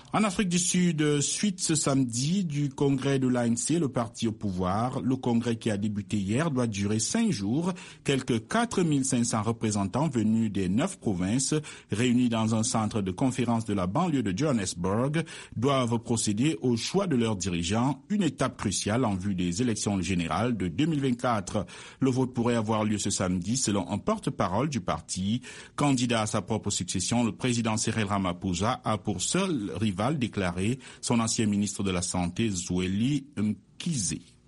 En Afrique du Sud, suite ce samedi du congrès de l'ANC, le parti au pouvoir. Le congrès qui a débuté hier doit durer 5 jours. Quelques 4500 représentants venus des 9 provinces, réunis dans un centre de conférence de la banlieue de Johannesburg, doivent procéder au choix de leurs dirigeants, une étape cruciale en vue des élections générales de 2024. Le vote pourrait avoir lieu ce samedi selon un porte-parole du parti. Candidat à sa propre succession, le président Cyril Ramaphosa a pour seul rival déclaré son ancien ministre de la Santé, Zweli Mkhize.